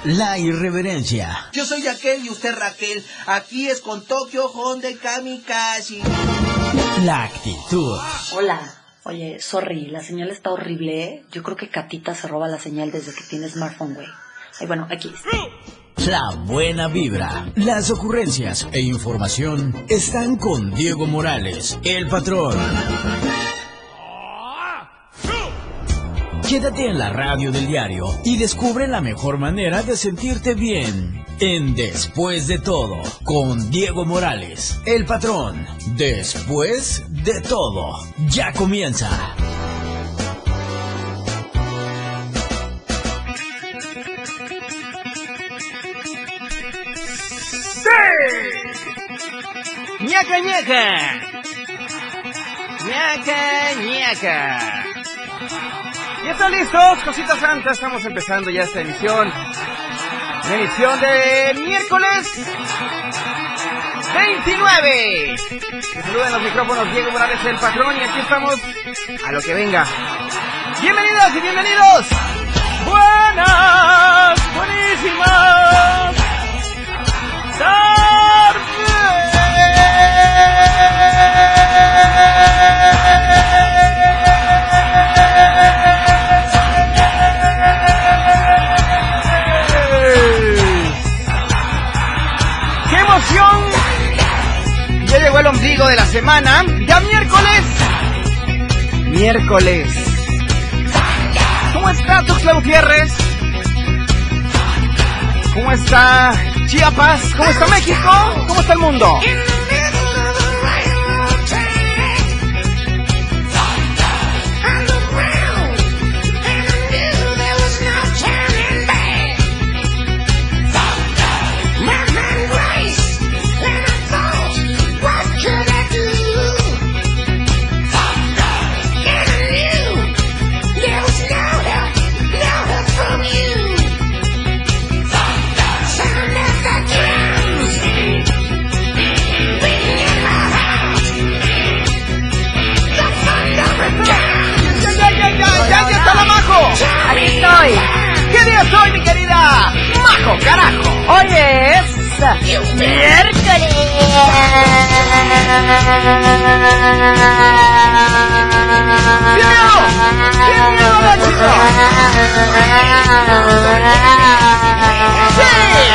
la irreverencia. Yo soy aquel y usted Raquel. Aquí es con Tokio Honda Kamikaze. La actitud. Hola. Oye, sorry, la señal está horrible, ¿eh? Yo creo que Catita se roba la señal desde que tiene smartphone, güey. Ay, bueno, aquí está. La buena vibra, las ocurrencias e información están con Diego Morales, el patrón. Quédate en la radio del diario y descubre la mejor manera de sentirte bien. En Después de Todo, con Diego Morales, el patrón. Después de Todo, ya comienza. ¡Ñaca, ñaca! ¡Ñaca, ñaca! ¿Ya están listos, cositas santas? Estamos empezando ya esta emisión. Una emisión de miércoles 29. Que saluden los micrófonos Diego Morales, el patrón, y aquí estamos a lo que venga. ¡Bienvenidas y bienvenidos! ¡Buenas! ¡Buenísimas! ¡Qué emoción! Ya llegó el ombligo de la semana. ¡Ya miércoles! ¡Miércoles! ¿Cómo está Tuxtla Gutiérrez? ¿Cómo está Chiapas? ¿Cómo está México? ¿Cómo está el mundo? Aquí estoy. ¿Qué día es hoy, mi querida Majo, carajo? Hoy es miércoles. ¡Bienvenido! ¡Bienvenido, México! ¡Sí!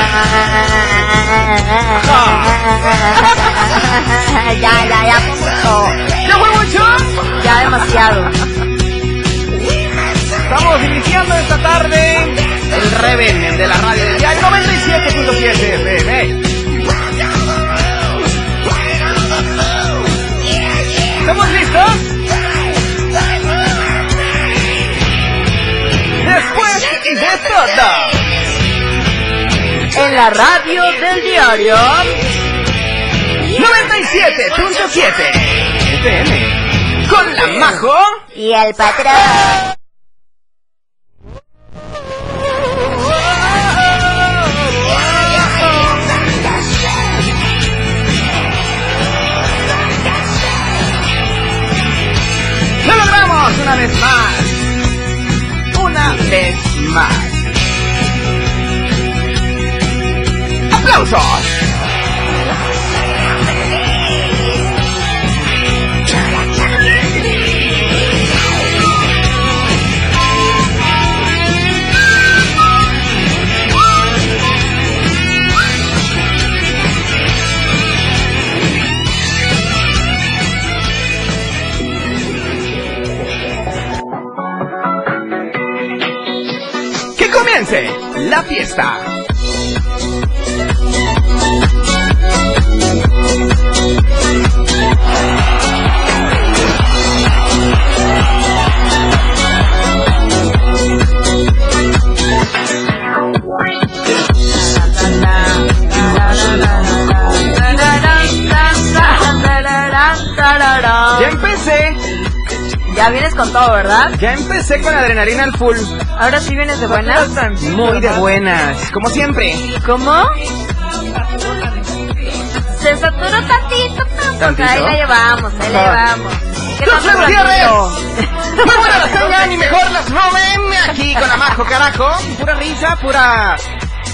Ya, punto. ¿Ya fue mucho? Ya demasiado. Estamos iniciando esta tarde el Reven de la radio del diario 97.7 FM. ¿Estamos listos? Después de todo, En la radio del diario 97.7 FM con la Majo y el patrón. ¡Lo logramos una vez más! ¡Una vez más! ¡Aplausos! Comience la fiesta. Ya empecé. Ya vienes con todo, ¿verdad? Ya empecé con adrenalina al full. Ahora sí vienes de buenas. Muy de buenas, como siempre. ¿Cómo? Se saturó tantito. ¿Tantito? Ahí la llevamos, ahí la llevamos. ¿Qué ¡Tuxtla tal, Gutiérrez! Francisco? Muy buenas las tengan y mejor las roben. Aquí con la Majo, carajo. Pura risa, pura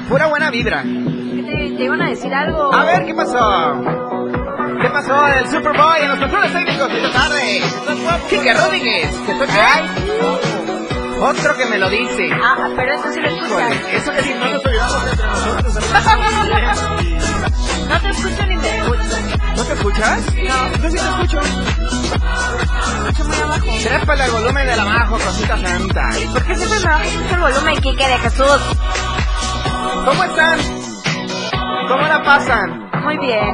Pura buena vibra. Te iban a decir algo. A ver, ¿qué pasó? ¿Qué pasó? El Superboy en los controles técnicos esta tarde. Quique Rodríguez. ¿Qué toca? Otro que me lo dice. Ah, pero eso sí lo escuchas. Eso que sí, no nos olvidamos entre nosotros. No te escucho ni me escucho. ¿No te escuchas? No. Yo sí te escucho. Escucho muy abajo. Trépale el volumen del abajo, cosita santa. ¿Por qué siempre me bajas el volumen, Quique de Jesús? ¿Cómo están? ¿Cómo la pasan? Muy bien.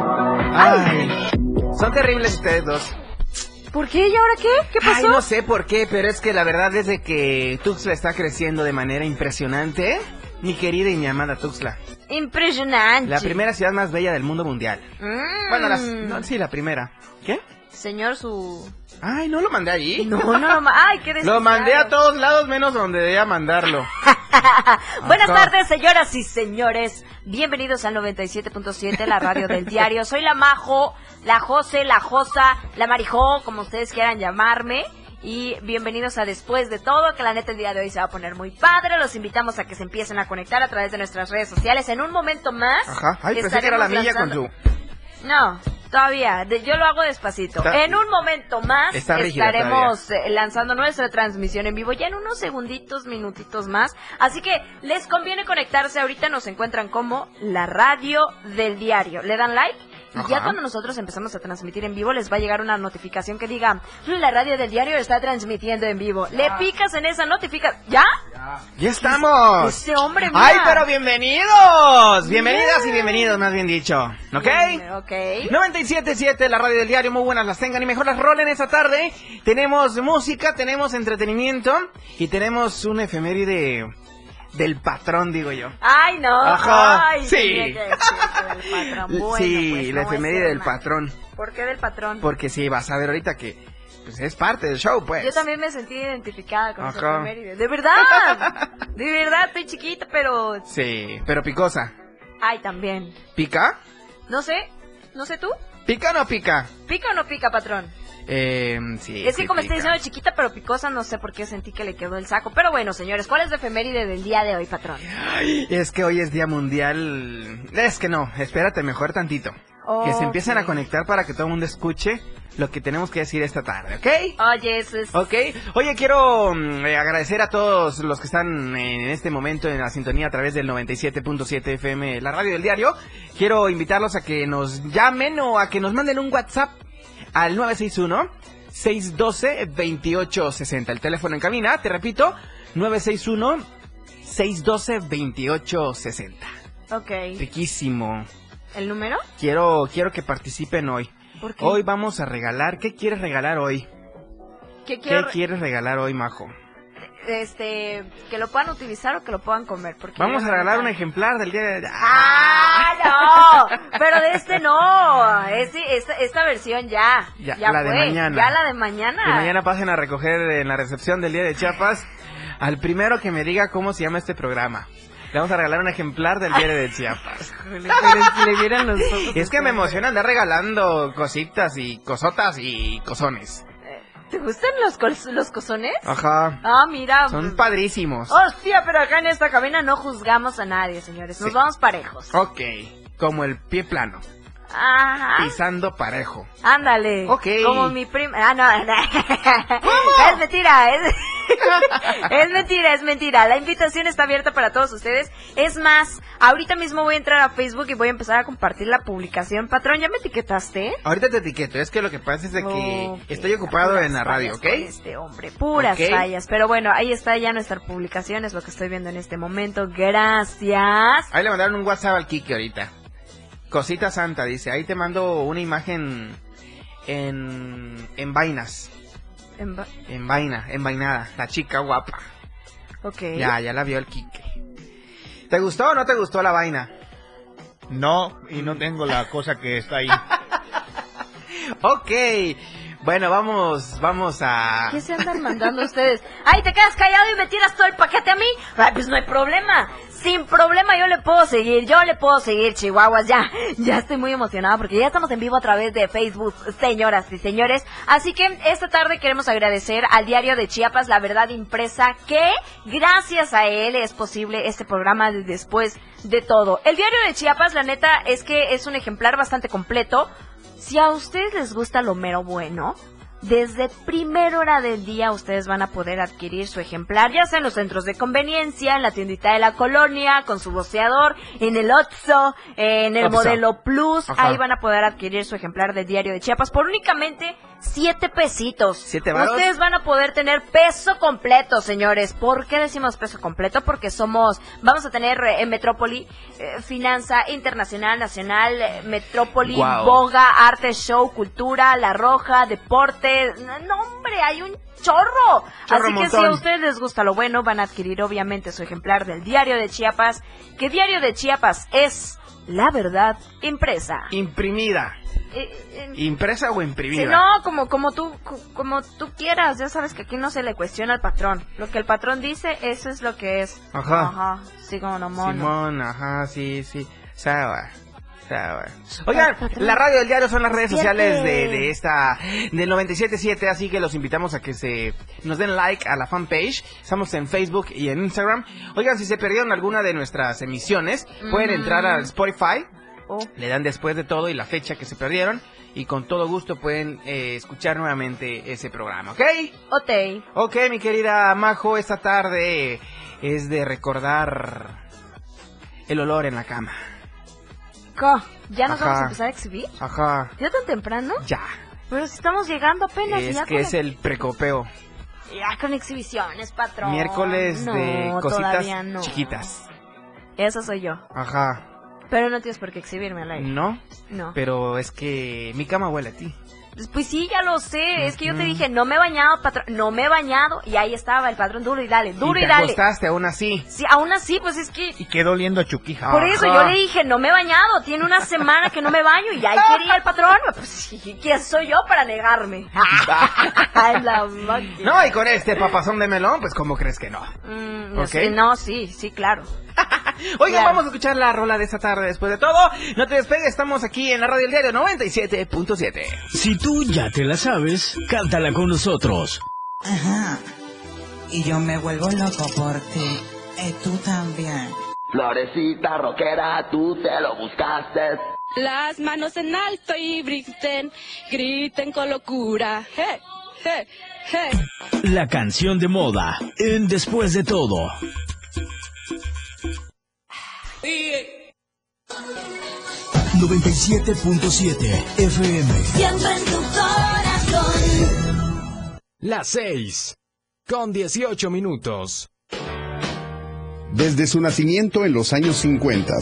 Ay, son terribles ustedes dos. ¿Por qué? ¿Y ahora qué? ¿Qué pasó? Ay, no sé por qué, pero es que la verdad es de que Tuxtla está creciendo de manera impresionante. Mi querida y mi amada Tuxtla. Impresionante. La primera ciudad más bella del mundo mundial. Bueno, la primera. ¿Qué? Señor, su... Ay, ¿no lo mandé allí? No. Ay, qué desgraciado. Lo mandé a todos lados menos donde debía mandarlo. Buenas tardes, señoras y señores. Bienvenidos al 97.7, la radio del diario. Soy la Majo, la Jose, la Josa, la Marijó, como ustedes quieran llamarme. Y bienvenidos a Después de Todo, que la neta el día de hoy se va a poner muy padre. Los invitamos a que se empiecen a conectar a través de nuestras redes sociales. En un momento más... Ajá, ay, pensé que era la milla con su... No, todavía, yo lo hago despacito. En un momento más estaremos lanzando nuestra transmisión en vivo, ya en unos minutitos más. Así que les conviene conectarse, ahorita nos encuentran como la radio del diario. Le dan like y ya cuando nosotros empezamos a transmitir en vivo les va a llegar una notificación que diga la radio del diario está transmitiendo en vivo. Le picas en esa notificación. ¿Ya? ¡Ya estamos! Ese hombre, mira. ¡Ay, pero bienvenidos! Bienvenidas y bienvenidos, más bien dicho. ¿Ok? Ok. 97.7, la radio del diario, muy buenas las tengan y mejor las rolen esa tarde. Tenemos música, tenemos entretenimiento y tenemos un efeméride del patrón, digo yo. ¡Ay, no! Ajá, ¡Ay, sí. del patrón! Bueno, sí, pues, la no efeméride del patrón. ¿Por qué del patrón? Porque sí, vas a ver ahorita que pues es parte del show, pues. Yo también me sentí identificada con esa Ajá. efeméride. ¡De verdad! De verdad, estoy chiquita, pero... Sí, pero picosa. Ay, también. ¿Pica? No sé tú. ¿Pica o no pica? ¿Pica o no pica, patrón? Sí. Es que sí como pica. estoy diciendo chiquita pero picosa, no sé por qué sentí que le quedó el saco. Pero bueno, señores, ¿cuál es la efeméride del día de hoy, patrón? Ay, es que hoy es día mundial. Es que no, espérate mejor tantito. Que se empiecen a conectar para que todo el mundo escuche lo que tenemos que decir esta tarde, ¿ok? Oye, eso es... Ok, oye, quiero agradecer a todos los que están en este momento en la sintonía a través del 97.7 FM, la radio del diario. Quiero invitarlos a que nos llamen o a que nos manden un WhatsApp al 961-612-2860. El teléfono en cabina, te repito, 961-612-2860. Ok. Riquísimo. ¿El número? Quiero que participen hoy. ¿Por qué? Hoy vamos a regalar. ¿Qué quieres regalar hoy? ¿Qué ¿Qué quieres regalar hoy, Majo? Que lo puedan utilizar o que lo puedan comer. Porque Vamos a regalar un ejemplar del día de... ¡Ah, no! Pero de este no. Esta versión ya la fue. de mañana. Ya la de mañana. Que mañana pasen a recoger en la recepción del día de Chiapas al primero que me diga cómo se llama este programa. Le vamos a regalar un ejemplar del diario de Chiapas. Le vieran los ojos. Es que me emociona andar regalando cositas y cosotas y cosones. ¿Te gustan los cozones? Ajá. Ah, mira. Son padrísimos. Hostia, pero acá en esta cabina no juzgamos a nadie, señores. Nos vamos parejos. Ok, como el pie plano. Ajá. Pisando parejo. Ándale. Ok. Como mi prima. Ah, no. ¿Cómo? Es mentira. Es mentira. La invitación está abierta para todos ustedes. Es más, ahorita mismo voy a entrar a Facebook y voy a empezar a compartir la publicación. Patrón, ¿ya me etiquetaste? Ahorita te etiqueto. Es que lo que pasa es de que estoy ocupado en la radio, ¿ok? Este hombre, puras fallas. Pero bueno, ahí está ya nuestra publicación. Es lo que estoy viendo en este momento. Gracias. Ahí le mandaron un WhatsApp al Kike ahorita. Cosita santa, dice. Ahí te mando una imagen en vainas. Envainada. La chica guapa. Ok. Ya la vio el Kike. ¿Te gustó o no te gustó la vaina? No, y no tengo la cosa que está ahí. Ok. Bueno, vamos a... ¿Qué se andan mandando ustedes? ¡Ay, te quedas callado y me tiras todo el paquete a mí! ¡Ay, pues no hay problema! sin problema yo le puedo seguir, chihuahuas, ya estoy muy emocionada porque ya estamos en vivo a través de Facebook, señoras y señores, así que esta tarde queremos agradecer al Diario de Chiapas, La Verdad Impresa, que gracias a él es posible este programa de Después de Todo. El Diario de Chiapas, la neta, es que es un ejemplar bastante completo. Si a ustedes les gusta lo mero bueno, desde primera hora del día ustedes van a poder adquirir su ejemplar, ya sea en los centros de conveniencia, en la tiendita de la colonia, con su voceador, en el Oxxo, en el Modelo Plus. Ajá. Ahí van a poder adquirir su ejemplar del Diario de Chiapas por únicamente 7 pesitos. 7 varos. Ustedes van a poder tener peso completo, señores. ¿Por qué decimos peso completo? Porque vamos a tener Metrópoli, Finanza Internacional, Nacional, Metrópoli, wow. Boga, Arte, Show, Cultura, La Roja, Deporte. No, hombre, hay un chorro. Así que si a ustedes les gusta lo bueno, van a adquirir obviamente su ejemplar del Diario de Chiapas, que Diario de Chiapas es La Verdad Impresa. Imprimida. ¿Impresa o imprimida? Sí, no, como tú quieras. Ya sabes que aquí no se le cuestiona al patrón. Lo que el patrón dice, eso es lo que es. Ajá. Sí, como no mono. Simón, ajá, sí. Oigan, la radio del diario son las redes sociales del 97.7, así que los invitamos a que nos den like a la fanpage. Estamos en Facebook y en Instagram. Oigan, si se perdieron alguna de nuestras emisiones, pueden entrar a Spotify, le dan Después de Todo y la fecha que se perdieron, y con todo gusto pueden escuchar nuevamente ese programa, ¿ok? Ok, mi querida Majo, esta tarde es de recordar el olor en la cama. ¿Ya nos vamos a empezar a exhibir? Ajá. ¿Ya tan temprano? Ya. Pero si estamos llegando apenas. Es el precopeo. Ya con exhibiciones, patrón. Miércoles de cositas chiquitas. Esa soy yo. Ajá. Pero no tienes por qué exhibirme al aire. ¿No? No. Pero es que mi cama huele a ti. Pues sí, ya lo sé. Es que yo te dije, no me he bañado, patrón. No me he bañado. Y ahí estaba el patrón, duro y dale. Te acostaste aún así. Sí, aún así, pues es que... Y quedó oliendo a Chuquija. Por eso yo le dije, no me he bañado. Tiene una semana que no me baño. Y ahí quería el patrón. Pues sí, ¿quién soy yo para negarme? La máquina. No, y con este papazón de melón, pues ¿cómo crees que no? ¿Okay? No, sí, claro. Oigan, vamos a escuchar la rola de esta tarde. Después de todo, no te despegues, estamos aquí en la radio del diario 97.7. Si tú ya te la sabes, cántala con nosotros. Ajá, y yo me vuelvo loco por ti, y tú también. Florecita rockera, tú te lo buscaste. Las manos en alto y griten con locura. Hey, hey, hey. La canción de moda en Después de Todo. 97.7 FM. Siempre en tu corazón. Las 6:18. Desde su nacimiento en los años 50,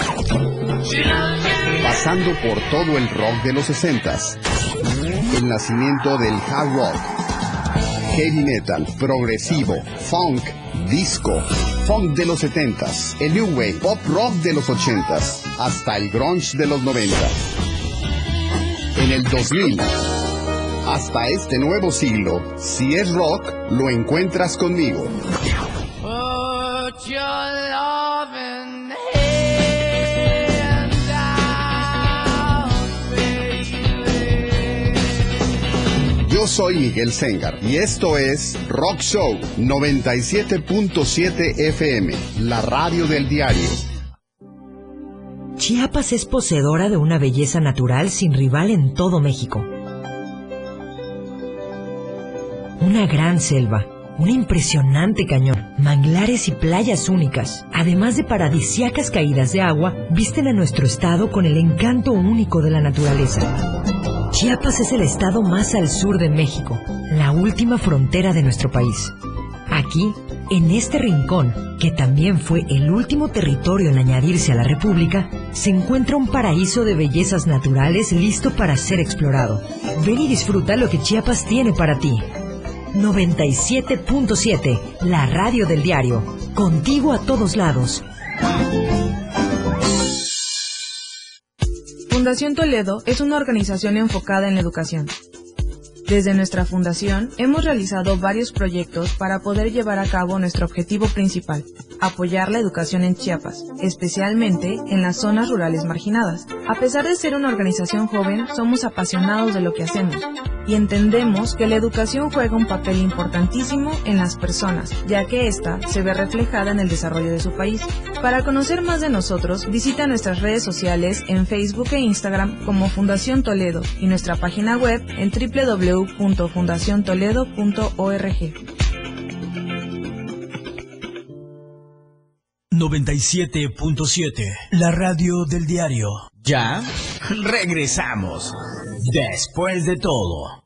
pasando por todo el rock de los 60, el nacimiento del hard rock, heavy metal, progresivo, funk, disco, funk de los 70s, el new wave, pop rock de los 80s, hasta el grunge de los 90. En el 2000, hasta este nuevo siglo, si es rock, lo encuentras conmigo. Yo soy Miguel Sengar y esto es Rock Show 97.7 FM, la radio del diario. Chiapas es poseedora de una belleza natural sin rival en todo México. Una gran selva, un impresionante cañón, manglares y playas únicas, además de paradisíacas caídas de agua, visten a nuestro estado con el encanto único de la naturaleza. Chiapas es el estado más al sur de México, la última frontera de nuestro país. Aquí, en este rincón, que también fue el último territorio en añadirse a la República, se encuentra un paraíso de bellezas naturales listo para ser explorado. Ven y disfruta lo que Chiapas tiene para ti. 97.7, la radio del diario, contigo a todos lados. Fundación Toledo es una organización enfocada en la educación. Desde nuestra fundación hemos realizado varios proyectos para poder llevar a cabo nuestro objetivo principal, apoyar la educación en Chiapas, especialmente en las zonas rurales marginadas. A pesar de ser una organización joven, somos apasionados de lo que hacemos y entendemos que la educación juega un papel importantísimo en las personas, ya que ésta se ve reflejada en el desarrollo de su país. Para conocer más de nosotros, visita nuestras redes sociales en Facebook e Instagram como Fundación Toledo y nuestra página web en www.fundaciontoledo.org. 97.7, la radio del diario. Ya regresamos. Después de todo.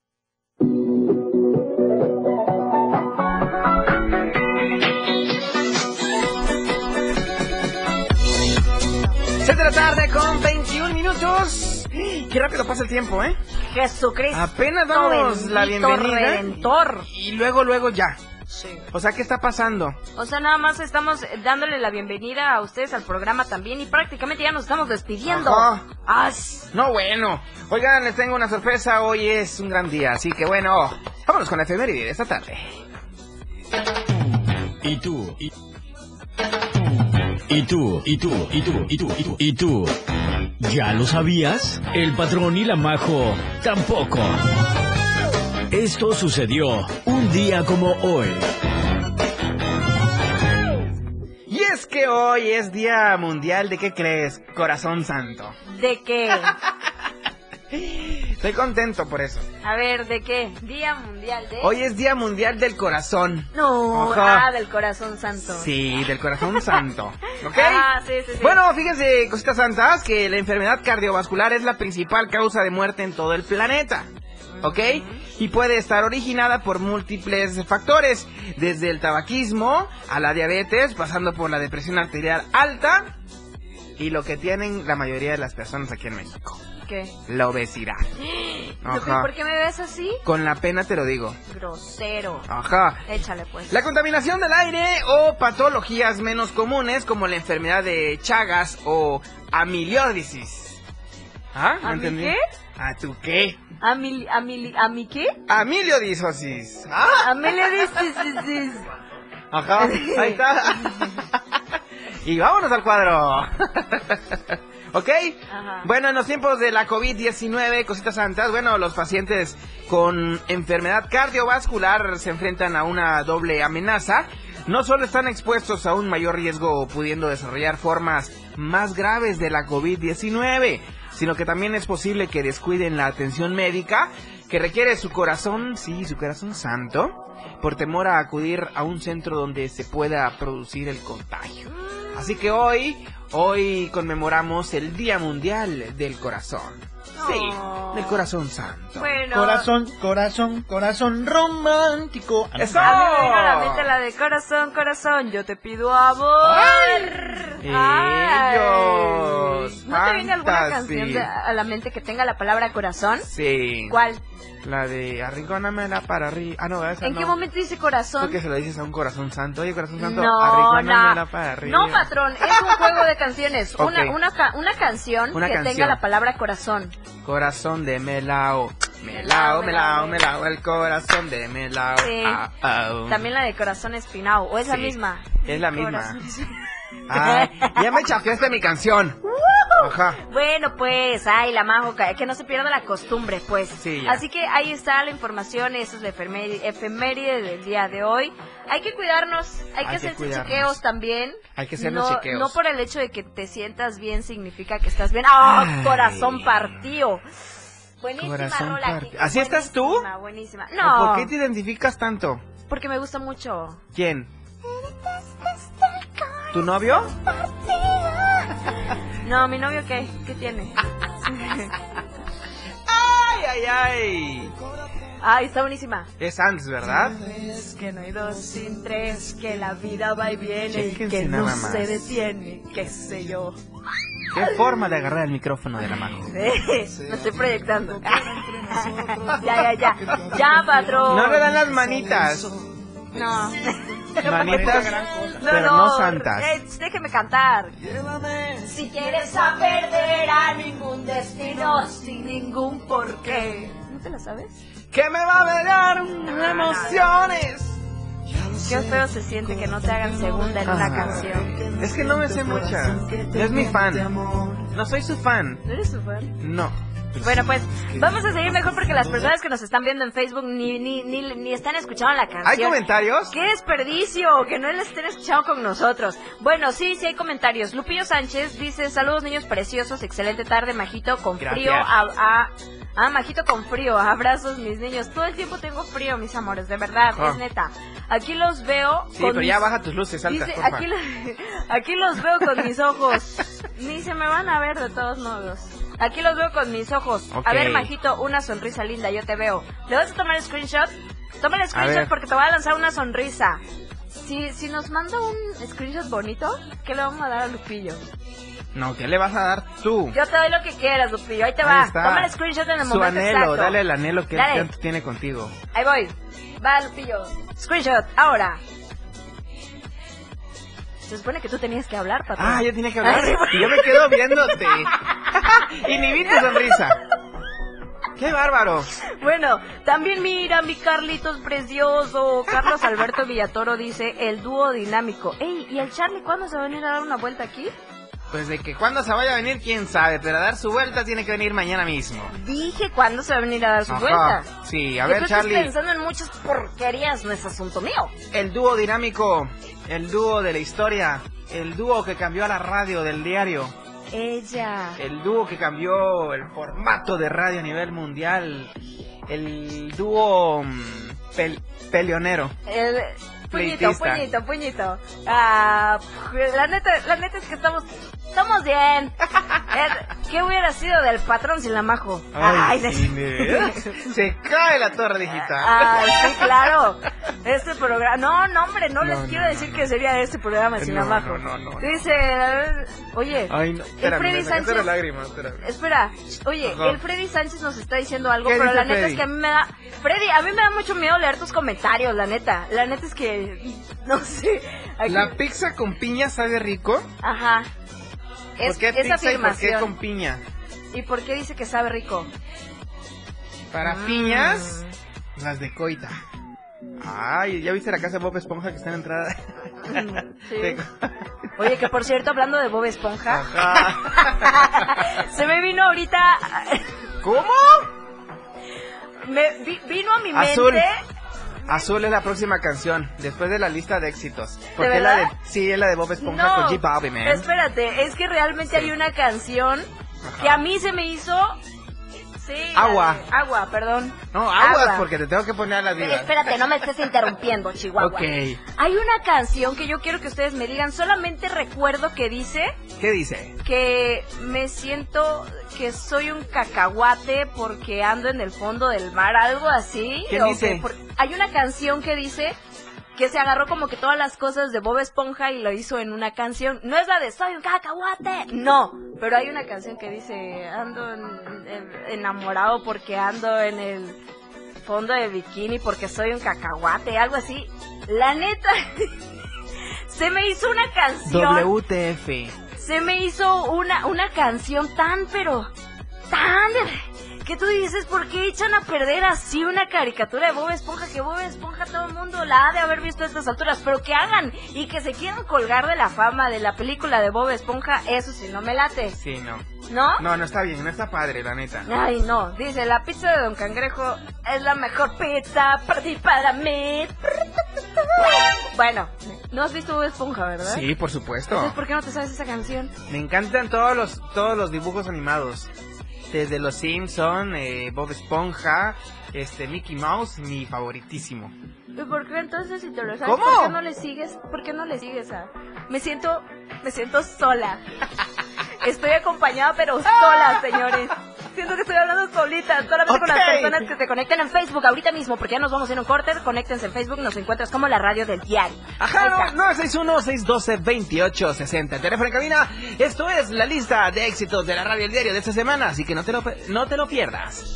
7 de la tarde con 21 minutos. Qué rápido pasa el tiempo, ¿eh? Jesucristo. Apenas damos la bienvenida. Redentor. Y luego ya. Sí. O sea, ¿qué está pasando? O sea, nada más estamos dándole la bienvenida a ustedes al programa también y prácticamente ya nos estamos despidiendo. Ajá. No, bueno. Oigan, les tengo una sorpresa. Hoy es un gran día, así que bueno, vámonos con la efeméride de esta tarde. ¿Y tú? ¿Ya lo sabías? El patrón y la Majo tampoco. Esto sucedió un día como hoy. Y es que hoy es Día Mundial de, ¿qué crees? Corazón Santo. ¿De qué? Estoy contento por eso. A ver, ¿de qué? Día Mundial de... Hoy es Día Mundial del Corazón. No, del Corazón Santo. Sí, del Corazón Santo. ¿Ok? Sí. Bueno, fíjense, cositas santas, que la enfermedad cardiovascular es la principal causa de muerte en todo el planeta. ¿Ok? Y puede estar originada por múltiples factores, desde el tabaquismo a la diabetes, pasando por la depresión arterial alta y lo que tienen la mayoría de las personas aquí en México. ¿Qué? La obesidad. Ajá. ¿Por qué me ves así? Con la pena te lo digo. Grosero. Ajá. Échale pues. La contaminación del aire o patologías menos comunes como la enfermedad de Chagas o amilioidosis. ¿Ah? ¿No entendí? ¿Qué? ¿A tú qué? ¿A mi qué? Amilioidosis. ¿Ah? Amilioidosis. Ajá, ahí está. Y vámonos al cuadro. ¿Ok? Ajá. Bueno, en los tiempos de la COVID-19, cositas santas, bueno, los pacientes con enfermedad cardiovascular se enfrentan a una doble amenaza. No solo están expuestos a un mayor riesgo pudiendo desarrollar formas más graves de la COVID-19, sino que también es posible que descuiden la atención médica que requiere su corazón, sí, su corazón santo, por temor a acudir a un centro donde se pueda producir el contagio. Así que hoy conmemoramos el Día Mundial del Corazón. Sí, del Corazón Santo. Bueno. Corazón romántico. ¡Eso! A mí me vino a la mente la de corazón, yo te pido amor. ¡Ellos! ¿No te viene alguna canción a la mente que tenga la palabra corazón? Sí. ¿Cuál? La de arrinconamela para arriba. Ah, no, esa ¿En no. qué momento dice corazón? Porque se lo dices a un corazón santo. Oye, corazón santo, no, arrinconamela para arriba. No, patrón, es un juego de canciones. Okay. Una canción tenga la palabra corazón. Corazón de Melao. Melao, el corazón de Melao. Sí. También la de corazón espinao. ¿O es la misma? Es la misma. Ya me chafiaste mi canción. Ajá. Bueno, pues, la Majo, que no se pierda la costumbre, pues. Sí, ya. Así que ahí está la información, eso es la efeméride del día de hoy. Hay que cuidarnos, hay que hacerse chequeos también. Hay que hacernos chequeos. No por el hecho de que te sientas bien significa que estás bien. ¡Ah! Corazón partido. Buenísima Corazón rola. ¿Así estás tú? Buenísima. No. ¿Por qué te identificas tanto? Porque me gusta mucho. ¿Quién? ¿Tu novio? No, ¿mi novio qué? ¿Qué tiene? ¡Ay! Ay, está buenísima. Es Ans, ¿verdad? Es que no hay dos sin tres, que la vida va y viene, Chéquense que no nada más. se detiene, qué sé yo. Qué forma de agarrar el micrófono de la Majo. Me estoy proyectando. Ya, patrón. No le dan las manitas. No. Manitas, pero no santas. Déjeme cantar. Si quieres a perder a ningún destino sin ningún porqué. ¿No te la sabes? que me va a dar emociones. Qué feo se siente que no te hagan segunda en una canción. Es que no me sé muchas. Es mi fan. No soy su fan. ¿No eres su fan? No. Bueno, pues vamos a seguir mejor porque las personas que nos están viendo en Facebook ni están escuchando la canción. ¿Hay comentarios? ¡Qué desperdicio! Que no les estén escuchando con nosotros. Bueno, sí hay comentarios. Lupillo Sánchez dice, saludos niños preciosos, excelente tarde, Majito, con frío. Majito con frío, abrazos mis niños. Todo el tiempo tengo frío, mis amores, de verdad, es neta. Aquí los veo. Sí, pero ya baja tus luces altas, dice, aquí los veo con mis ojos. Ni se me van a ver de todos modos. Aquí los veo con mis ojos. Okay. A ver, Majito, una sonrisa linda, yo te veo. ¿Le vas a tomar el screenshot? Toma el screenshot porque te voy a lanzar una sonrisa. Si nos manda un screenshot bonito, ¿qué le vamos a dar a Lupillo? No, ¿qué le vas a dar tú? Yo te doy lo que quieras, Lupillo. Ahí te va. Está. Toma el screenshot en el momento anhelo, exacto. Dale el anhelo que él tiene contigo. Ahí voy. Va, Lupillo. Screenshot, ahora. Se supone que tú tenías que hablar, patrón. Ah, yo tenía que hablar. Y yo me quedo viéndote. Y ni vi tu sonrisa. ¡Qué bárbaro! Bueno, también mira, mi Carlitos precioso. Carlos Alberto Villatoro dice, el dúo dinámico. Ey, ¿y el Charlie cuándo se va a venir a dar una vuelta aquí? Pues de que cuándo se vaya a venir, quién sabe, pero a dar su vuelta tiene que venir mañana mismo. Dije cuándo se va a venir a dar su vuelta. Sí, a ver, Charlie. Estás pensando en muchas porquerías, no es asunto mío. El dúo dinámico, el dúo de la historia, el dúo que cambió a la radio del diario. Ella. El dúo que cambió el formato de radio a nivel mundial. El dúo peleonero. Puñito. La neta es que estamos bien. ¿Qué hubiera sido del patrón sin la Majo? Ay, se cae la torre digital. Sí, claro. Este programa, no, hombre, no les quiero decir que sería este programa sin la Majo. No. Dice, oye, el Freddy Sánchez. Espera, oye, el Freddy Sánchez nos está diciendo algo, pero la neta es que a mí me da mucho miedo leer tus comentarios, la neta. La neta es que, no sé. ¿La pizza con piña sabe rico? Ajá. ¿Por qué pizza y por qué con piña? ¿Y por qué dice que sabe rico? Para piñas, las de Coita. Ay, ¿ya viste la casa de Bob Esponja que está en entrada? Sí. Oye, que por cierto, hablando de Bob Esponja, se me vino ahorita... ¿Cómo? Vino a mi Azul. mente... Azul es la próxima canción, después de la lista de éxitos. Porque ¿De verdad? Sí, es la de Bob Esponja con G. Bobby, man. Espérate, es que realmente hay una canción que a mí se me hizo... Sí, Agua. Agua, perdón. No, aguas porque te tengo que poner a la vida. Espérate, no me estés interrumpiendo, Chihuahua. Ok. Hay una canción que yo quiero que ustedes me digan, solamente recuerdo que dice... ¿Qué dice? Que me siento que soy un cacahuate porque ando en el fondo del mar, algo así. ¿Qué dice? Hay una canción que dice que se agarró como que todas las cosas de Bob Esponja y lo hizo en una canción. No es la de soy un cacahuate, no, pero hay una canción que dice ando enamorado porque ando en el fondo de bikini porque soy un cacahuate, algo así. La neta, se me hizo una canción. WTF. Se me hizo una canción tan que tú dices, ¿por qué echan a perder así una caricatura de Bob Esponja? Que Bob Esponja todo el mundo la ha de haber visto a estas alturas, pero que hagan y que se quieran colgar de la fama de la película de Bob Esponja, eso sí no me late. Sí, no. ¿No? No está bien, no está padre, la neta. Ay, no, dice, la pizza de Don Cangrejo es la mejor pizza para mí. Bueno, ¿no has visto Bob Esponja, verdad? Sí, por supuesto. Entonces, ¿por qué no te sabes esa canción? Me encantan todos los dibujos animados. Desde los Simpson, Bob Esponja, Mickey Mouse, mi favoritísimo. ¿Y por qué entonces si te lo sabes? ¿Cómo? ¿Por qué no le sigues? ¿Por qué no le sigues a...? Me siento sola. Estoy acompañada pero sola, señores. Siento que estoy hablando solita, solamente con las personas que se conectan en Facebook ahorita mismo, porque ya nos vamos a ir a un corte. Conéctense en Facebook, nos encuentras como la radio del diario. Ajá, 961-612-2860. El teléfono en cabina. Esto es la lista de éxitos de la radio del diario de esta semana, así que no te lo pierdas.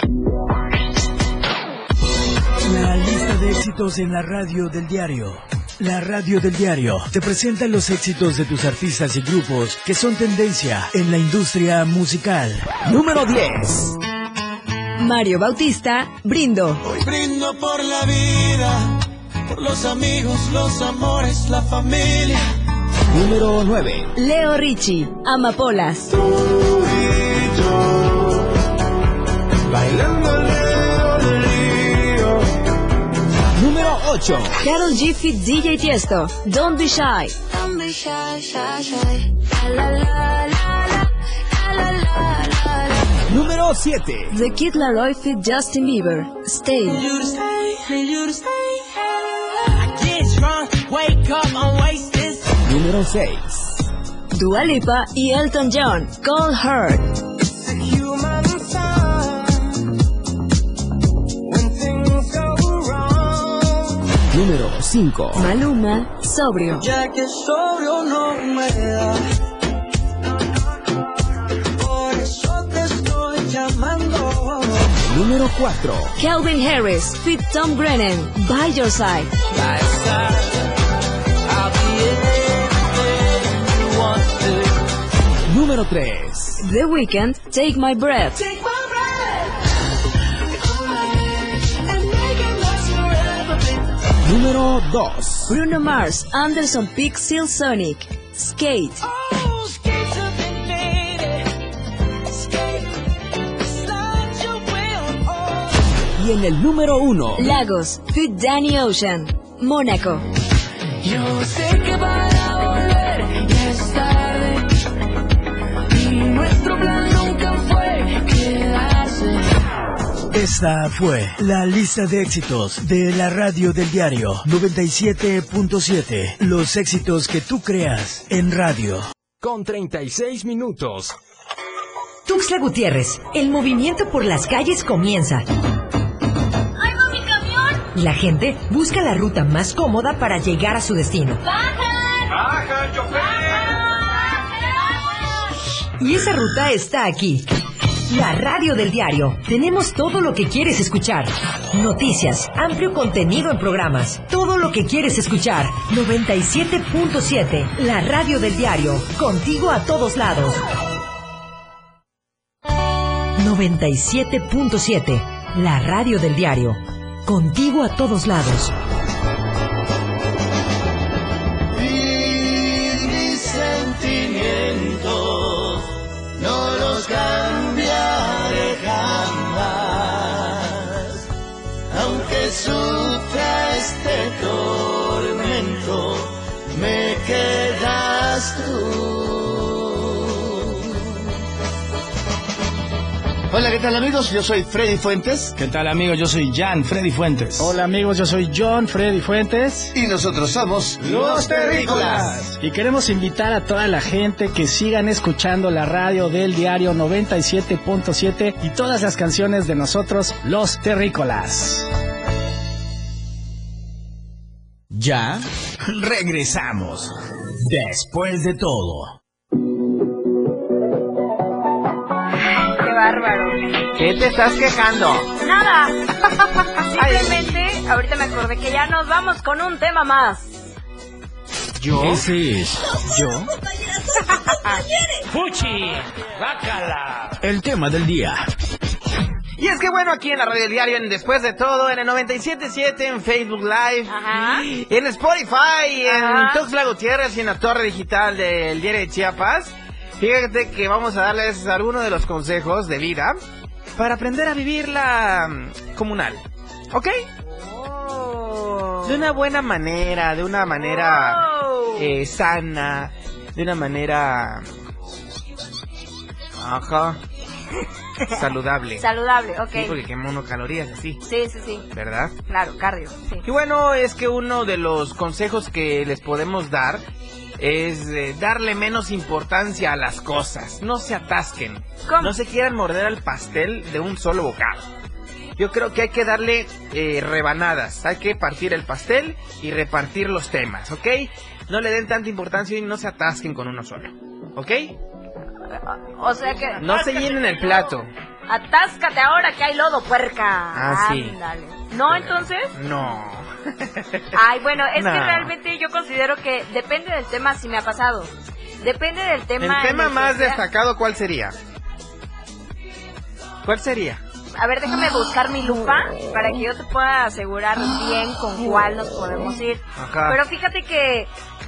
La lista de éxitos en la radio del diario. La radio del diario te presenta los éxitos de tus artistas y grupos que son tendencia en la industria musical. Número 10. Mario Bautista, Brindo. Hoy brindo por la vida, por los amigos, los amores, la familia. Número 9. Leo Richie, Amapolas. Tú y yo, bailando el río. Número 8. Karol G feat. DJ Tiesto, Don't Be Shy. Don't be shy, shy, shy. La, la, la, la, la, la, la, la. Número 7. The Kid Laroi feat. Justin Bieber, Stay. You to stay, you to stay. I get drunk, wake up, I'm wasted. Número 6. Dua Lipa y Elton John, Cold Heart. Número 5. Maluma, Sobrio. Ya que sobrio no me da, por eso te estoy llamando. Número 4. Calvin Harris feat. Tom Grennan, By Your Side. By your side, I'll be everything you want to. Número 3. The Weeknd, Take My Breath. Take my breath, and make it last forever, baby. Número 2. Bruno Mars, Anderson .Paak, Silk Sonic, Skate. Oh, skate to me, baby. Skate, slide your way on all. Y en el número 1. Lagos, feat. Danny Ocean, Mónaco. Yo sé que para volver ya es tarde, y nuestro plan nunca fue quedarse. Esta fue la lista de éxitos de la radio del diario 97.7. Los éxitos que tú creas en radio. Con 36 minutos. Tuxtla Gutiérrez, el movimiento por las calles comienza. ¡Ay, no, mi camión! La gente busca la ruta más cómoda para llegar a su destino. ¡Bajan! ¡Baja, chofer! Y esa ruta está aquí. La radio del diario. Tenemos todo lo que quieres escuchar. Noticias, amplio contenido en programas. Todo lo que quieres escuchar. 97.7. La radio del diario. Contigo a todos lados. 97.7. La radio del diario. Contigo a todos lados. Y mis sentimientos no los cambiaré jamás, aunque sufra este tormento, me quedas tú. Hola, ¿qué tal amigos? Yo soy Freddy Fuentes. ¿Qué tal amigos? Yo soy Jan Freddy Fuentes. Hola amigos, yo soy John Freddy Fuentes. Y nosotros somos Los Terrícolas. Y queremos invitar a toda la gente que sigan escuchando la radio del diario 97.7 y todas las canciones de nosotros, Los Terrícolas. Ya regresamos. Después de todo. Bárbaro. ¿Qué te estás quejando? Nada. Simplemente, ahorita me acordé que ya nos vamos con un tema más. ¿Yo? Ese es ¿yo? ¡Fuchi! ¡Bácala! El tema del día. Y es que bueno, aquí en la radio del diario, en Después de Todo, en el 97.7, en Facebook Live, en Spotify, en Tuxtla Gutiérrez y en la torre digital del diario de Chiapas. Fíjate que vamos a darles algunos de los consejos de vida para aprender a vivirla comunal, ¿ok? De una buena manera, de una manera sana, de una manera... saludable. Saludable, ok. Sí, porque quema uno calorías así. Sí, sí, sí. ¿Verdad? Claro, cardio, sí. Y bueno, es que uno de los consejos que les podemos dar es darle menos importancia a las cosas. No se atasquen. ¿Cómo? No se quieran morder al pastel de un solo bocado. Yo creo que hay que darle rebanadas. Hay que partir el pastel y repartir los temas, ¿ok? No le den tanta importancia y no se atasquen con uno solo, ¿ok? O sea que... No se llenen el plato. Atáscate ahora que hay lodo, puerca. Ah, sí. Ándale. ¿No, entonces? No. Ay, bueno, es que realmente yo considero que depende del tema, si me ha pasado. Depende del tema. El tema más destacado, ¿cuál sería? ¿Cuál sería? A ver, déjame buscar mi lupa para que yo te pueda asegurar bien con cuál nos podemos ir. Ajá. Pero fíjate que...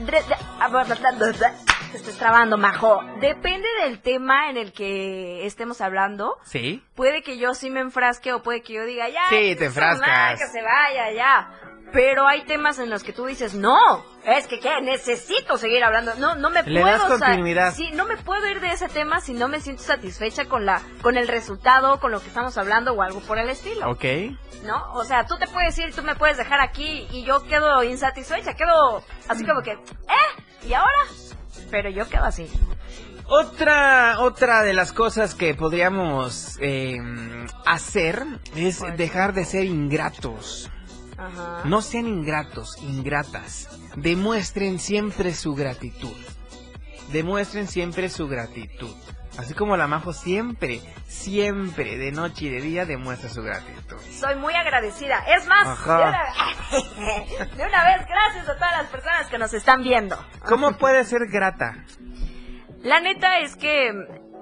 Te estás trabando, majo. Depende del tema en el que estemos hablando. Sí. Puede que yo sí me enfrasque o puede que yo diga, ya. Sí, te enfrascas. Que se vaya, ya. Pero hay temas en los que tú dices, no, es que ¿qué? Necesito seguir hablando. No me puedo. Le das continuidad. Sí, no me puedo ir de ese tema si no me siento satisfecha con el resultado, con lo que estamos hablando o algo por el estilo. Ok. ¿No? O sea, tú te puedes ir, tú me puedes dejar aquí y yo quedo insatisfecha, quedo así como que, ¿y ahora? Pero yo quedo así. Otra de las cosas que podríamos hacer es dejar de ser ingratos. Ajá. No sean ingratos, ingratas. Demuestren siempre su gratitud. Demuestren siempre su gratitud. Así como la Majo siempre, de noche y de día demuestra su gratitud. Soy muy agradecida. Es más, de una vez, gracias a todas las personas que nos están viendo. ¿Cómo puede ser grata? La neta es que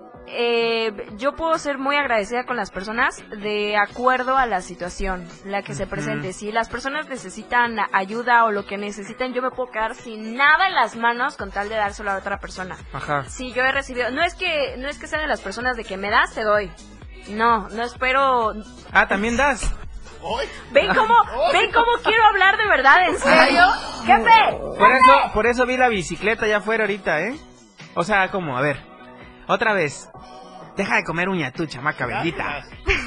yo puedo ser muy agradecida con las personas de acuerdo a la situación, la que se presente. Si las personas necesitan ayuda o lo que necesitan, yo me puedo quedar sin nada en las manos con tal de dárselo a otra persona. Ajá. Si yo he recibido, no es que sea de las personas de que me das, te doy. No espero. Ah, también das. ¿Ven cómo quiero hablar de verdad? ¿En serio? ¡Jefe! Por eso vi la bicicleta allá afuera ahorita, O sea, ¿cómo? A ver. Otra vez. Deja de comer uña tú, chamaca bendita.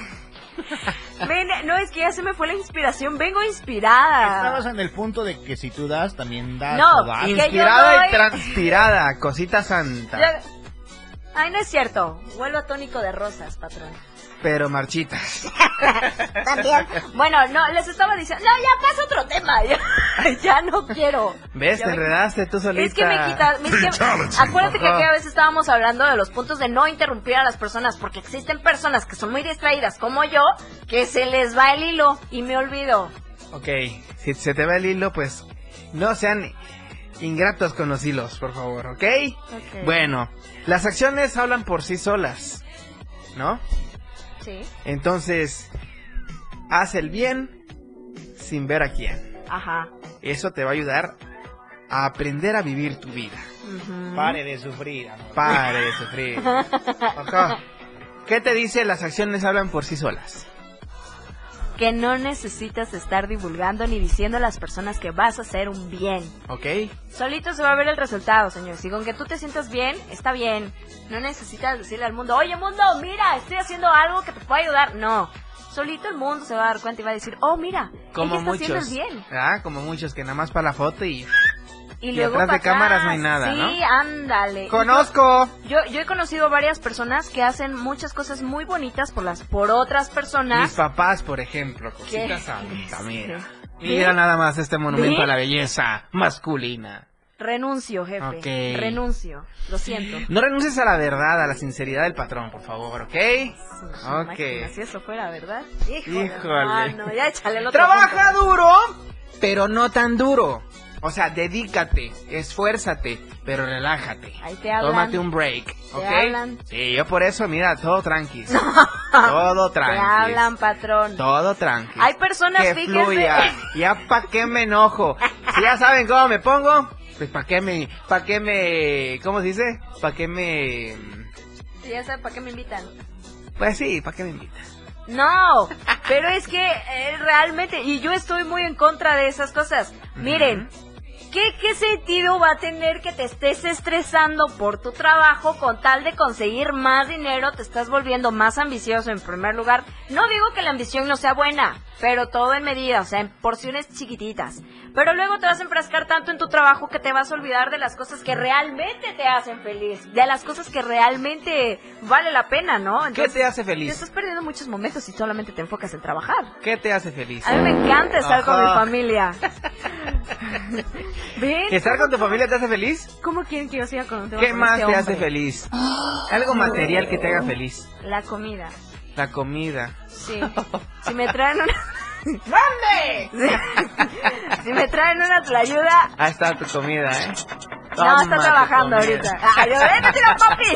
Ven, no, es que ya se me fue la inspiración. Vengo inspirada. Estabas en el punto de que si tú das, también das. No, das. Inspirada y transpirada, cosita santa. Ay, no es cierto. Vuelvo a tónico de rosas, patrón. Pero marchitas. También. Bueno, no, les estaba diciendo. No, ya pasa otro tema. Ya no quiero. ¿Ves? Te enredaste tú solita. Es que me quitas. Acuérdate que aquella vez estábamos hablando de los puntos de no interrumpir a las personas. Porque existen personas que son muy distraídas, como yo, que se les va el hilo y me olvido. Ok, si se te va el hilo, pues no sean ingratos con los hilos, por favor, ¿ok? Bueno, las acciones hablan por sí solas, ¿no? Sí. Entonces, haz el bien sin ver a quién. Ajá. Eso te va a ayudar a aprender a vivir tu vida. Pare de sufrir, amor. Pare de sufrir. Ajá. ¿Qué te dice? Las acciones hablan por sí solas. Que no necesitas estar divulgando ni diciendo a las personas que vas a hacer un bien. Ok. Solito se va a ver el resultado, señores. Y con que tú te sientas bien, está bien. No necesitas decirle al mundo, oye mundo, mira, estoy haciendo algo que te pueda ayudar. No. Solito el mundo se va a dar cuenta y va a decir, oh, mira, como ella está haciendo el bien. Como muchos que nada más para la foto y luego atrás de cámaras no hay nada, sí, ¿no? Sí, ándale. ¡Conozco! Yo he conocido varias personas que hacen muchas cosas muy bonitas por otras personas. Mis papás, por ejemplo, cosita santa, mira. ¿Sí? Mira nada más este monumento a la belleza masculina. Renuncio, jefe. Okay. Renuncio. Lo siento. No renuncies a la verdad, a la sinceridad del patrón, por favor, ¿ok? Ok. Si eso fuera verdad. Híjole. No, ya échale el otro. Trabaja duro, pero no tan duro. O sea, dedícate, esfuérzate, pero relájate. Ahí te hablan. Tómate un break, ¿ok? Te hablan. Sí, yo por eso, mira, todo tranqui. Todo tranqui. Te hablan, patrón. Todo tranqui. Hay personas, que fíjense. Fluya. Ya pa' qué me enojo. Si ya saben cómo me pongo, pues pa' qué me, ¿cómo se dice? Pa' qué me... Sí, ya saben, ¿para qué me invitan? Pues sí, ¿pa' qué me invitan? No, pero es que realmente, y yo estoy muy en contra de esas cosas. Miren, ¿qué sentido va a tener que te estés estresando por tu trabajo con tal de conseguir más dinero? Te estás volviendo más ambicioso en primer lugar. No digo que la ambición no sea buena, pero todo en medida, o sea, en porciones chiquititas. Pero luego te vas a enfrascar tanto en tu trabajo que te vas a olvidar de las cosas que realmente te hacen feliz, de las cosas que realmente vale la pena, ¿no? Entonces, ¿qué te hace feliz? Te estás perdiendo muchos momentos si solamente te enfocas en trabajar. ¿Qué te hace feliz? A mí me encanta estar con mi familia. ¿Ven? ¿Estar con tu familia te hace feliz? ¿Cómo quieren que yo siga con un tema? ¿Qué más te hace feliz? Algo material que te haga feliz. La comida. La comida. Sí. Si me traen una... ¡Mande! Si me traen una tlayuda... Ahí está tu comida, ¿eh? No, está trabajando ahorita. ¡Ay, vete la papi!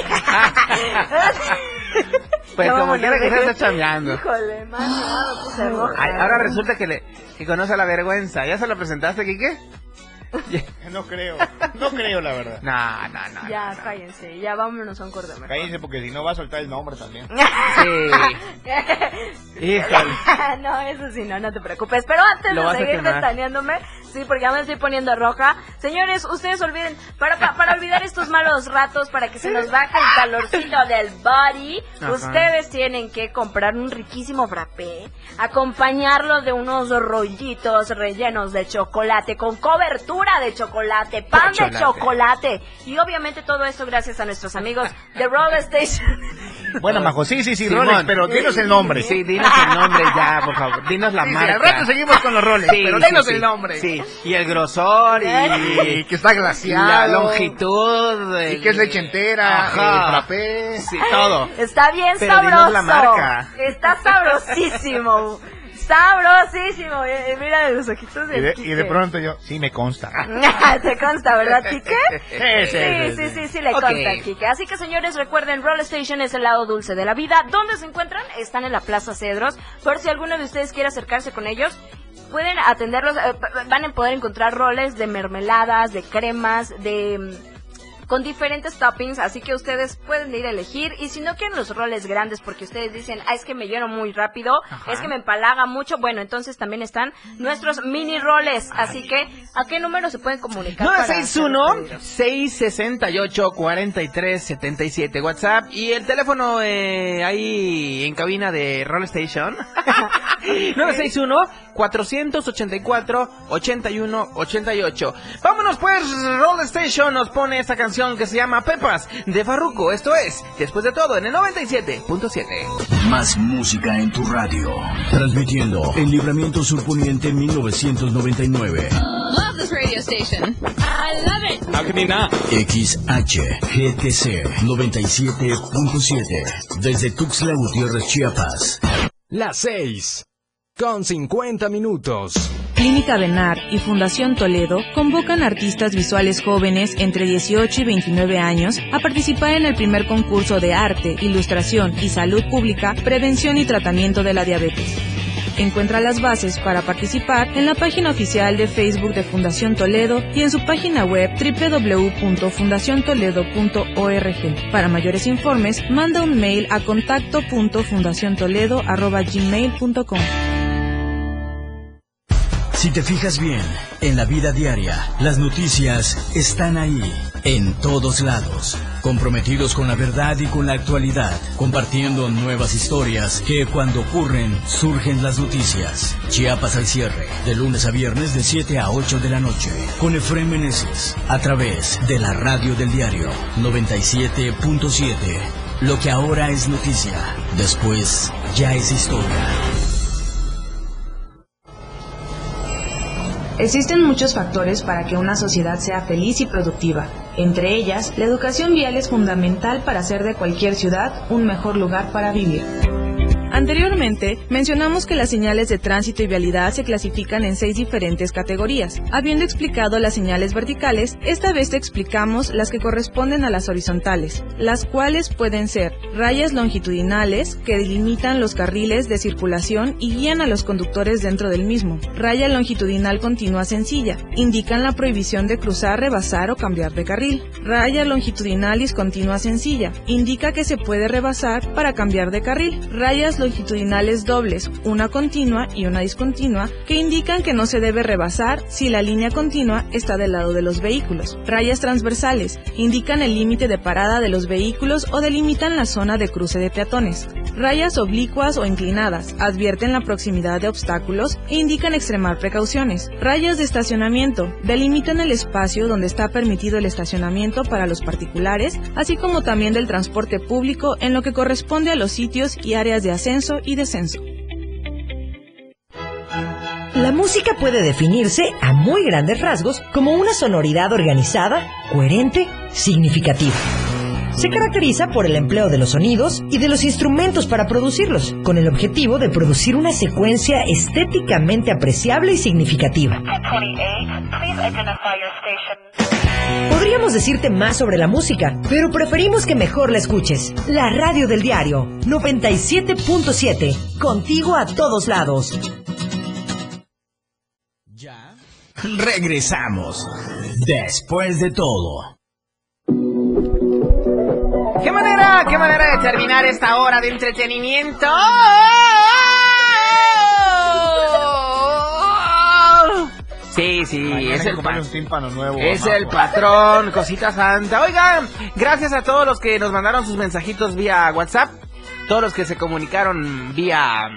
Pues no, como quiera que sea, está chambeando. Híjole, más puse roja. Ay, ahora resulta que conoce la vergüenza. ¿Ya se lo presentaste, Quique? No creo la verdad. No. Ya, cállense, ya vámonos a un corte mejor. Cállense porque si no va a soltar el nombre también. Sí. Híjole. No, eso sí, no te preocupes. Pero antes de seguir ventaneándome, sí, porque ya me estoy poniendo roja. Señores, ustedes olviden, para olvidar estos malos ratos, para que se nos baje el calorcito del body, ustedes tienen que comprar un riquísimo frappé, acompañarlo de unos rollitos rellenos de chocolate con cobertura de chocolate, pan de chocolate. Y obviamente todo esto gracias a nuestros amigos de Roll Station. Bueno, Majo, sí, Rolex, pero dinos el nombre. Sí, dinos el nombre ya, por favor. Dinos la marca. Al rato seguimos con los Rolex, pero dinos el nombre. Sí, y el grosor, y que está glaciado. La longitud. Y que es leche entera, el frappé. Sí, todo. Está bien pero sabroso. Dinos la marca. Está sabrosísimo. Sabrosísimo. Mira los ojitos de y de pronto yo, sí me consta. ¿Te consta, verdad, Quique? Sí, le consta, Quique. Así que, señores, recuerden, Roll Station es el lado dulce de la vida. ¿Dónde se encuentran? Están en la Plaza Cedros. Por si alguno de ustedes quiere acercarse con ellos, pueden atenderlos. Van a poder encontrar roles de mermeladas, de cremas, con diferentes toppings, así que ustedes pueden ir a elegir. Y si no quieren los roles grandes porque ustedes dicen, es que me lleno muy rápido, es que me empalaga mucho, bueno, entonces también están nuestros mini roles. Así que, ¿a qué número se pueden comunicar? 961-668-4377 WhatsApp, y el teléfono ahí en cabina de Roll Station 961-484-8188. Vámonos pues, Roll Station nos pone esta canción que se llama Pepas de Farruko. Esto es Después de Todo en el 97.7. Más música en tu radio. Transmitiendo en Libramiento Sur Poniente 1999. Love this radio station. I love it. How can you not? XHGTC 97.7. Desde Tuxtla Gutiérrez, Chiapas. Las 6:50. Clínica Benar y Fundación Toledo convocan artistas visuales jóvenes entre 18 y 29 años a participar en el primer concurso de arte, ilustración y salud pública, prevención y tratamiento de la diabetes. Encuentra las bases para participar en la página oficial de Facebook de Fundación Toledo y en su página web www.fundaciontoledo.org. Para mayores informes, manda un mail a contacto.fundaciontoledo@gmail.com. Si te fijas bien, en la vida diaria, las noticias están ahí, en todos lados, comprometidos con la verdad y con la actualidad, compartiendo nuevas historias que cuando ocurren, surgen las noticias. Chiapas al cierre, de lunes a viernes de 7 a 8 de la noche, con Efrén Meneses, a través de la radio del diario 97.7. Lo que ahora es noticia, después ya es historia. Existen muchos factores para que una sociedad sea feliz y productiva. Entre ellas, la educación vial es fundamental para hacer de cualquier ciudad un mejor lugar para vivir. Anteriormente, mencionamos que las señales de tránsito y vialidad se clasifican en 6 diferentes categorías. Habiendo explicado las señales verticales, esta vez te explicamos las que corresponden a las horizontales, las cuales pueden ser rayas longitudinales, que delimitan los carriles de circulación y guían a los conductores dentro del mismo. Raya longitudinal continua sencilla, indican la prohibición de cruzar, rebasar o cambiar de carril. Raya longitudinal discontinua sencilla, indica que se puede rebasar para cambiar de carril. Rayas longitudinales dobles, una continua y una discontinua, que indican que no se debe rebasar si la línea continua está del lado de los vehículos. Rayas transversales, indican el límite de parada de los vehículos o delimitan la zona de cruce de peatones. Rayas oblicuas o inclinadas, advierten la proximidad de obstáculos e indican extremar precauciones. Rayas de estacionamiento, delimitan el espacio donde está permitido el estacionamiento para los particulares, así como también del transporte público en lo que corresponde a los sitios y áreas de ascenso y descenso. La música puede definirse a muy grandes rasgos como una sonoridad organizada, coherente, significativa. Se caracteriza por el empleo de los sonidos y de los instrumentos para producirlos, con el objetivo de producir una secuencia estéticamente apreciable y significativa. Podríamos decirte más sobre la música, pero preferimos que mejor la escuches. La radio del diario 97.7, contigo a todos lados. Ya regresamos. Después de todo. ¿Qué manera de terminar esta hora de entretenimiento? Sí, es el un tímpano nuevo. Es el patrón, cosita santa. Oigan, gracias a todos los que nos mandaron sus mensajitos vía WhatsApp, todos los que se comunicaron vía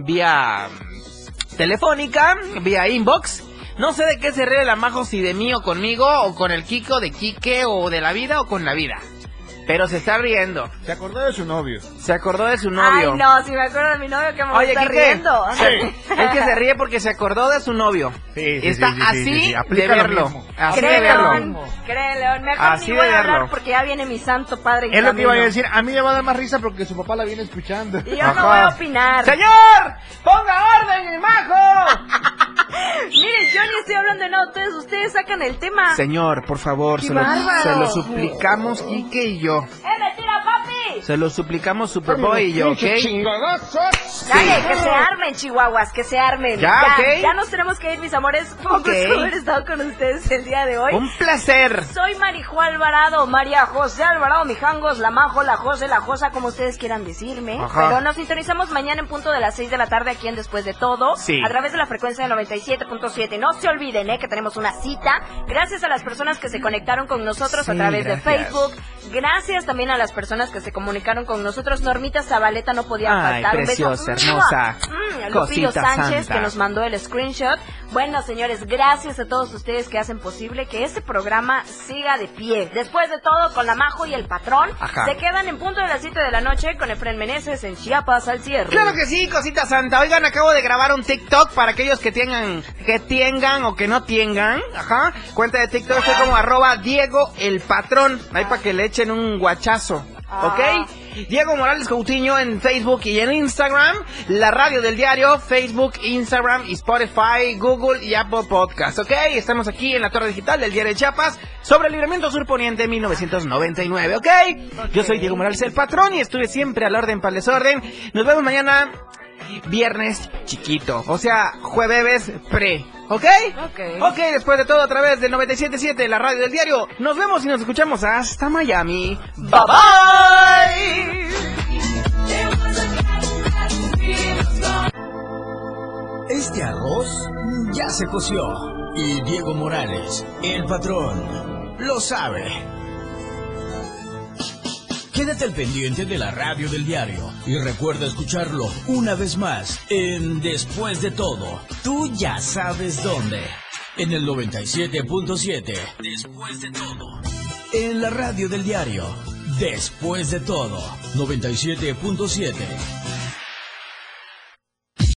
telefónica, vía inbox. No sé de qué se ríe la Majo, si de mí o conmigo, o con el Kiko, de Quique, o de la vida, o con la vida. Pero se está riendo. Se acordó de su novio. Ay, no, si me acuerdo de mi novio que me está riendo. Sí. Es que se ríe porque se acordó de su novio. Sí, está así de verlo. Así de verlo. Créelo, mejor ni voy a hablar porque ya viene mi santo padre. Es lo que iba a decir. A mí me va a dar más risa porque su papá la viene escuchando. Y yo no voy a opinar. ¡Señor! ¡Ponga orden, el Majo! Miren, yo ni estoy hablando de nada. Ustedes sacan el tema. Señor, por favor, se lo suplicamos, Quique y yo. ¡Mentira, papi! Se lo suplicamos Superboy y yo, ¿ok? Dale, que se armen, chihuahuas, que se armen. Ya nos tenemos que ir, mis amores. Fue un gusto haber estado con ustedes el día de hoy. Un placer. Soy Marijo Alvarado, María José Alvarado, Mijangos, la Majo, la José, la Josa, como ustedes quieran decirme. Ajá. Pero nos sintonizamos mañana en punto de las 6 de la tarde aquí en Después de Todo. Sí. A través de la frecuencia de 97.7. No se olviden, que tenemos una cita. Gracias a las personas que se conectaron con nosotros a través de Facebook. Gracias también a las personas que se comunicaron con nosotros. Normita Zabaleta no podía faltar. Preciosa, hermosa. Lupillo Sánchez, santa, que nos mandó el screenshot. Bueno, señores, gracias a todos ustedes que hacen posible que este programa siga de pie. Después de todo, con la Majo y el patrón, se quedan en punto de las 7 de la noche con Efren Meneses en Chiapas al cierre. Claro que sí, cosita santa. Oigan, acabo de grabar un TikTok para aquellos que tengan o que no tengan. Cuenta de TikTok, estoy como @Diego el Patrón. Ahí para que le echen un guachazo. ¿Ok? Diego Morales Coutinho en Facebook y en Instagram. La radio del diario, Facebook, Instagram y Spotify, Google y Apple Podcast. ¿Ok? Estamos aquí en la torre digital del diario de Chiapas sobre el Libramiento Sur Poniente 1999. ¿Ok? Yo soy Diego Morales el Patrón y estuve siempre al orden para el desorden. Nos vemos mañana. Viernes chiquito, o sea, jueves pre, ¿ok? Ok, después de todo, a través del 97.7, la radio del diario. Nos vemos y nos escuchamos hasta Miami. Bye bye. Este arroz ya se coció y Diego Morales, el patrón, lo sabe. Quédate al pendiente de la radio del diario y recuerda escucharlo una vez más en Después de Todo. Tú ya sabes dónde. En el 97.7. Después de Todo. En la radio del diario. Después de Todo. 97.7.